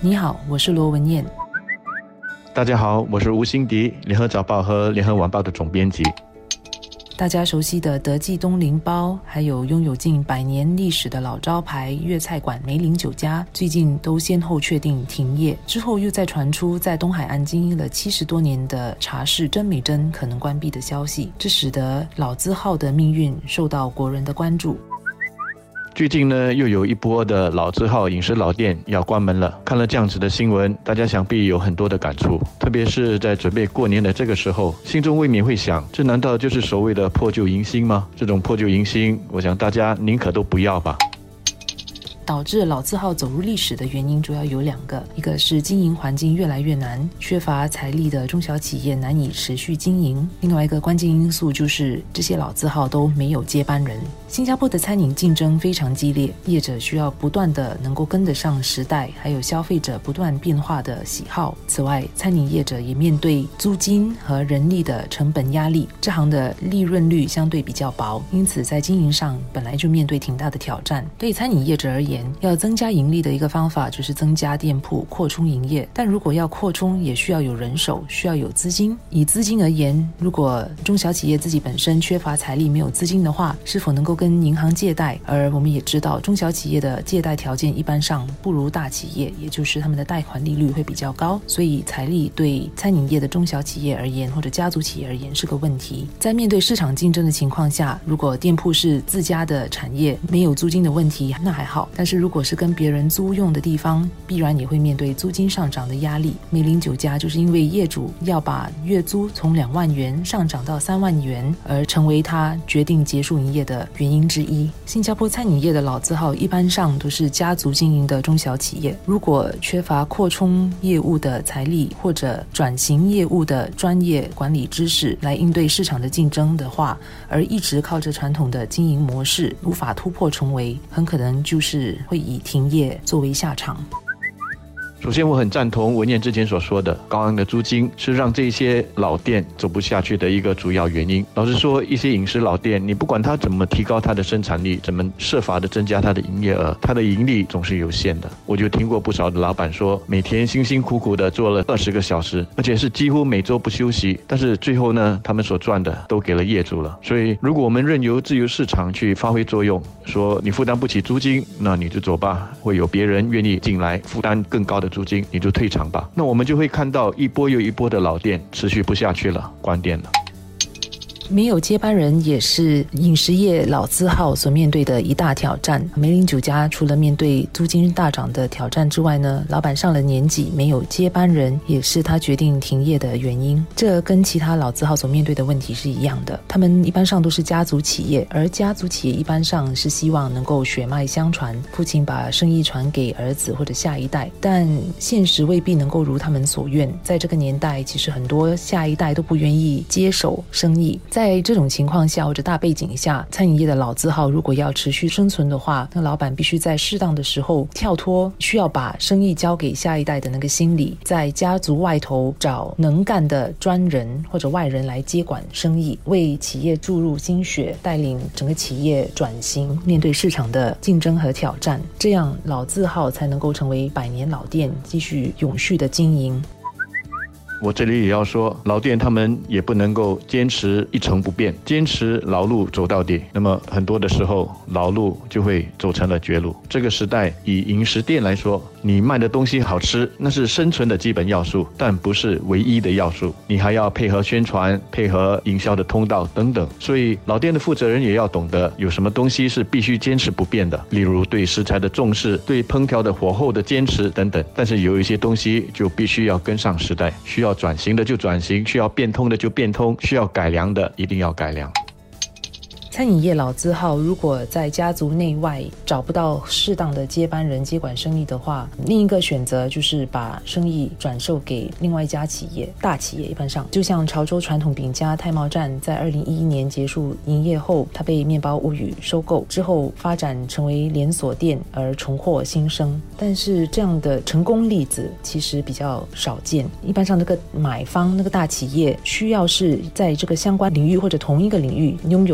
你好，我是罗文燕。 大家好，我是吴欣迪，联合早报和联合晚报的总编辑。 大家熟悉的德记东林包，还有拥有近100年历史的老招牌粤菜馆梅林酒家，最近都先后确定停业，之后又再传出在东海岸经营了70多年的茶室真美珍可能关闭的消息，这使得老字号的命运受到国人的关注。 最近呢，又有一波的老字号饮食老店要关门了。看了这样子的新闻，大家想必有很多的感触，特别是在准备过年的这个时候，心中未免会想，这难道就是所谓的破旧迎新吗？这种破旧迎新，我想大家宁可都不要吧。 导致老字号走入历史的原因主要有2个，一个是经营环境越来越难，缺乏财力的中小企业难以持续经营，另外一个关键因素就是这些老字号都没有接班人。新加坡的餐饮竞争非常激烈，业者需要不断的能够跟得上时代，还有消费者不断变化的喜好。此外，餐饮业者也面对租金和人力的成本压力，这行的利润率相对比较薄，因此在经营上本来就面对挺大的挑战。对餐饮业者而言，要增加盈利的一个方法就是增加店铺，扩充营业。但如果要扩充，也需要有人手，需要有资金。以资金而言，如果中小企业自己本身缺乏财力，没有资金的话，是否能够跟银行借贷？而我们也知道，中小企业的借贷条件一般上不如大企业，也就是他们的贷款利率会比较高，所以财力对餐饮业的中小企业而言，或者家族企业而言是个问题。在面对市场竞争的情况下，如果店铺是自家的产业，没有租金的问题，那还好。但是如果是跟别人租用的地方，必然也会面对租金上涨的压力。梅林酒家就是因为业主要把月租从2万元上涨到3万元，而成为他决定结束营业的原因之一。新加坡餐饮业的老字号一般上都是家族经营的中小企业，如果缺乏扩充业务的财力或者转型业务的专业管理知识来应对市场的竞争的话，而一直靠着传统的经营模式无法突破重围，很可能就是会以停业作为下场。 首先，我很赞同文燕之前所说的，高昂的租金是让这些老店走不下去的一个主要原因。老实说，一些饮食老店，你不管它怎么提高它的生产力，怎么设法的增加它的营业额，它的盈利总是有限的。我就听过不少的老板说，每天辛辛苦苦的做了20个小时，而且是几乎每周不休息，但是最后呢，他们所赚的都给了业主了。所以，如果我们任由自由市场去发挥作用，说你负担不起租金，那你就走吧，会有别人愿意进来负担更高的租金，你就退场吧。那我们就会看到一波又一波的老店持续不下去了，关店了。 没有接班人也是饮食业老字号所面对的一大挑战。梅林酒家除了面对租金大涨的挑战之外呢，老板上了年纪，没有接班人，也是他决定停业的原因。这跟其他老字号所面对的问题是一样的，他们一般上都是家族企业，而家族企业一般上是希望能够血脉相传，父亲把生意传给儿子或者下一代，但现实未必能够如他们所愿。在这个年代，其实很多下一代都不愿意接手生意。在这种情况下或者大背景下，餐饮业的老字号如果要持续生存的话，那老板必须在适当的时候跳脱需要把生意交给下一代的那个心理，在家族外头找能干的专人或者外人来接管生意，为企业注入心血，带领整个企业转型，面对市场的竞争和挑战，这样老字号才能够成为100年老店，继续永续的经营。 我这里也要说，老店他们也不能够坚持一成不变，坚持老路走到底。那么很多的时候，老路就会走成了绝路。这个时代，以饮食店来说，你卖的东西好吃，那是生存的基本要素，但不是唯一的要素。你还要配合宣传，配合营销的通道等等。所以，老店的负责人也要懂得，有什么东西是必须坚持不变的，例如对食材的重视，对烹调的火候的坚持等等。但是有一些东西就必须要跟上时代，需要转型的就转型，需要变通的就变通，需要改良的一定要改良。 餐饮业老字号如果在家族内外找不到适当的接班人接管生意的话，另一个选择就是把生意转售给另外一家企业，大企业一般上，就像潮州传统饼家太茂站在2011年结束营业后，它被面包物语收购之后发展成为连锁店而重获新生。但是这样的成功例子其实比较少见，一般上那个买方那个大企业需要是在这个相关领域或者同一个领域拥有专长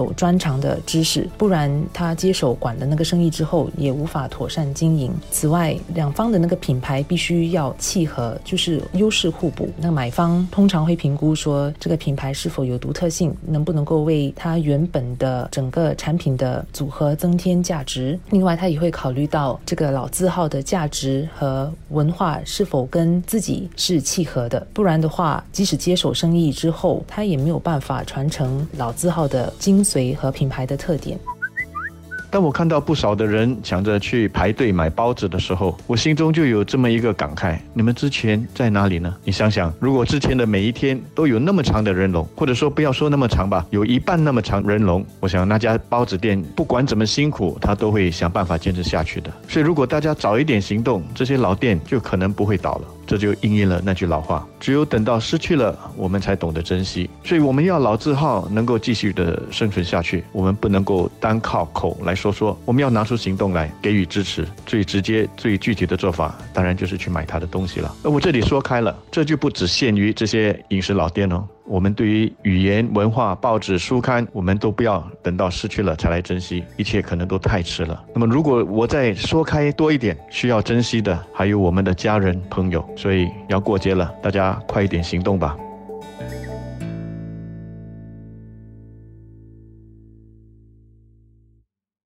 常的知识，不然他接手管了那个生意之后也无法妥善经营。此外，两方的那个品牌必须要契合，就是优势互补。那买方通常会评估说这个品牌是否有独特性，能不能够为它原本的整个产品的组合增添价值。另外，他也会考虑到这个老字号的价值和文化是否跟自己是契合的，不然的话，即使接手生意之后，他也没有办法传承老字号的精髓和品牌的特点。 当我看到不少的人抢着去排队买包子的时候，我心中就有这么一个感慨：你们之前在哪里呢？你想想，如果之前的每一天都有那么长的人龙，或者说不要说那么长吧，有一半那么长人龙，我想那家包子店不管怎么辛苦，他都会想办法坚持下去的。所以如果大家早一点行动，这些老店就可能不会倒了。这就应验了那句老话，只有等到失去了，我们才懂得珍惜。所以我们要老字号能够继续的生存下去，我们不能够单靠口来说，我们要拿出行动来给予支持。最直接最具体的做法当然就是去买他的东西了。而我这里说开了，这就不只限于这些饮食老店哦，我们对于语言文化报纸书刊，我们都不要等到失去了才来珍惜，一切可能都太迟了。那么如果我再说开多一点，需要珍惜的还有我们的家人朋友，所以要过节了，大家快一点行动吧。